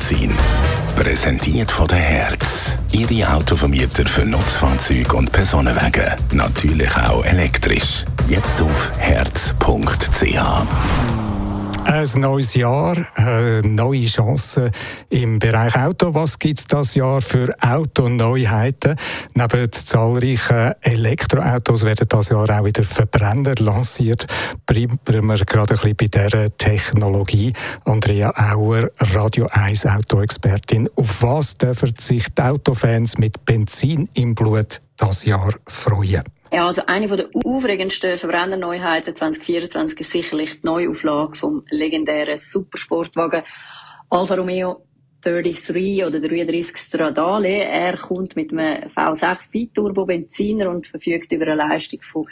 Automagazin. Präsentiert von der Hertz. Ihre Autovermieter für Nutzfahrzeuge und Personenwagen. Natürlich auch elektrisch. Jetzt auf hertz.ch. Ein neues Jahr, neue Chancen im Bereich Auto. Was gibt es dieses Jahr für Autoneuheiten? Neben zahlreichen Elektroautos werden dieses Jahr auch wieder Verbrenner lanciert. Bleiben wir gerade ein bisschen bei dieser Technologie. Andrea Auer, Radio 1 Autoexpertin. Auf was dürfen sich die Autofans mit Benzin im Blut dieses Jahr freuen? Ja, also eine der aufregendsten Verbrennerneuheiten 2024 ist sicherlich die Neuauflage vom legendären Supersportwagen Alfa Romeo 33 oder 33 Stradale. Er kommt mit einem V6 Biturbo-Benziner und verfügt über eine Leistung von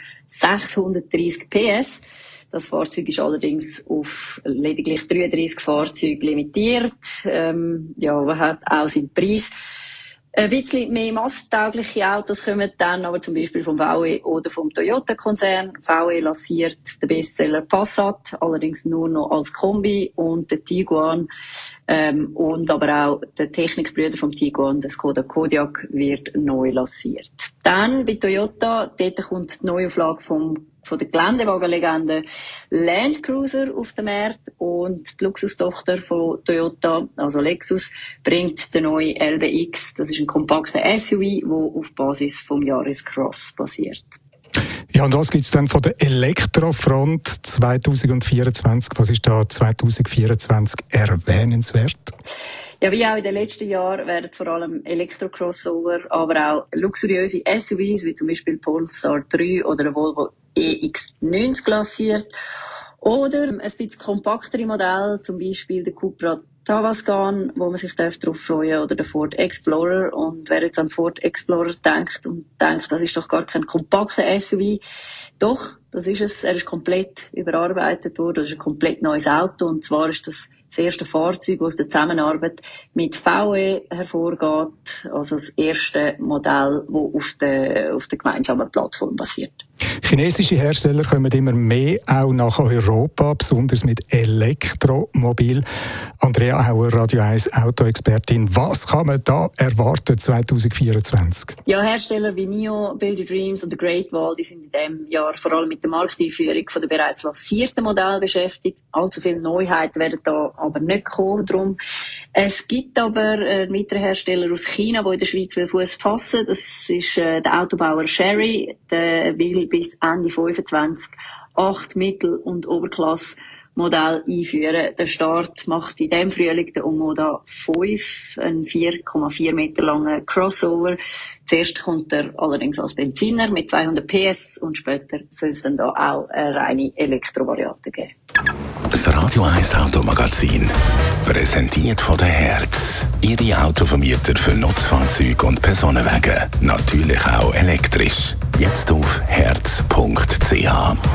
630 PS. Das Fahrzeug ist allerdings auf lediglich 33 Fahrzeuge limitiert. Hat auch seinen Preis. Ein bisschen mehr massentaugliche Autos kommen dann aber zum Beispiel vom VW oder vom Toyota-Konzern. VW lanciert den Bestseller Passat, allerdings nur noch als Kombi, und der Tiguan und aber auch der Technikbrüder vom Tiguan, der Skoda Kodiaq, wird neu lanciert. Dann bei Toyota, dort kommt die Neuauflage von der Geländewagenlegende Land Cruiser auf den Markt, und die Luxustochter von Toyota, also Lexus, bringt den neuen LBX. Das ist ein kompakter SUV, der auf Basis vom Yaris Cross basiert. Ja, und was gibt es dann von der Elektrofront 2024? Was ist da 2024 erwähnenswert? Ja, wie auch in den letzten Jahren werden vor allem Elektro-Crossover, aber auch luxuriöse SUVs, wie zum Beispiel Polestar 3 oder der Volvo EX90 lanciert. Oder ein bisschen kompaktere Modelle, zum Beispiel der Cupra Tavascan, wo man sich darauf freuen darf, oder der Ford Explorer. Und wer jetzt an Ford Explorer denkt, das ist doch gar kein kompakter SUV. Doch, das ist es. Er ist komplett überarbeitet worden. Das ist ein komplett neues Auto. Und zwar ist das erste Fahrzeug, das aus der Zusammenarbeit mit VW hervorgeht. Also das erste Modell, das auf der gemeinsamen Plattform basiert. Chinesische Hersteller kommen immer mehr auch nach Europa, besonders mit Elektromobil. Andrea Auer, Radio 1 Autoexpertin. Was kann man da erwarten 2024? Ja, Hersteller wie NIO, Build Your Dreams und Great Wall, die sind in diesem Jahr vor allem mit der Markteinführung von der bereits lancierten Modelle beschäftigt. Allzu viele Neuheiten werden da aber nicht kommen. Darum. Es gibt aber einen weiteren Hersteller aus China, der in der Schweiz Fuß fassen will. Das ist der Autobauer Chery. Der will bis Ende 2025 8 Mittel- und Oberklasse-Modelle einführen. Der Start macht in diesem Frühling der Omoda 5, einen 4,4 Meter langen Crossover. Zuerst kommt er allerdings als Benziner mit 200 PS und später soll es dann da auch eine reine Elektrovariante geben. Das Radio 1 Automagazin, präsentiert von der Hertz. Ihre Autovermieter für Nutzfahrzeuge und Personenwagen. Natürlich auch elektrisch. Jetzt auf hertz.ch.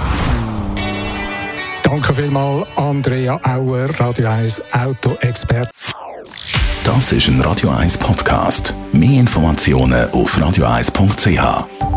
Danke vielmals, Andrea Auer, Radio 1 Autoexpert. Das ist ein Radio 1 Podcast. Mehr Informationen auf radio1.ch.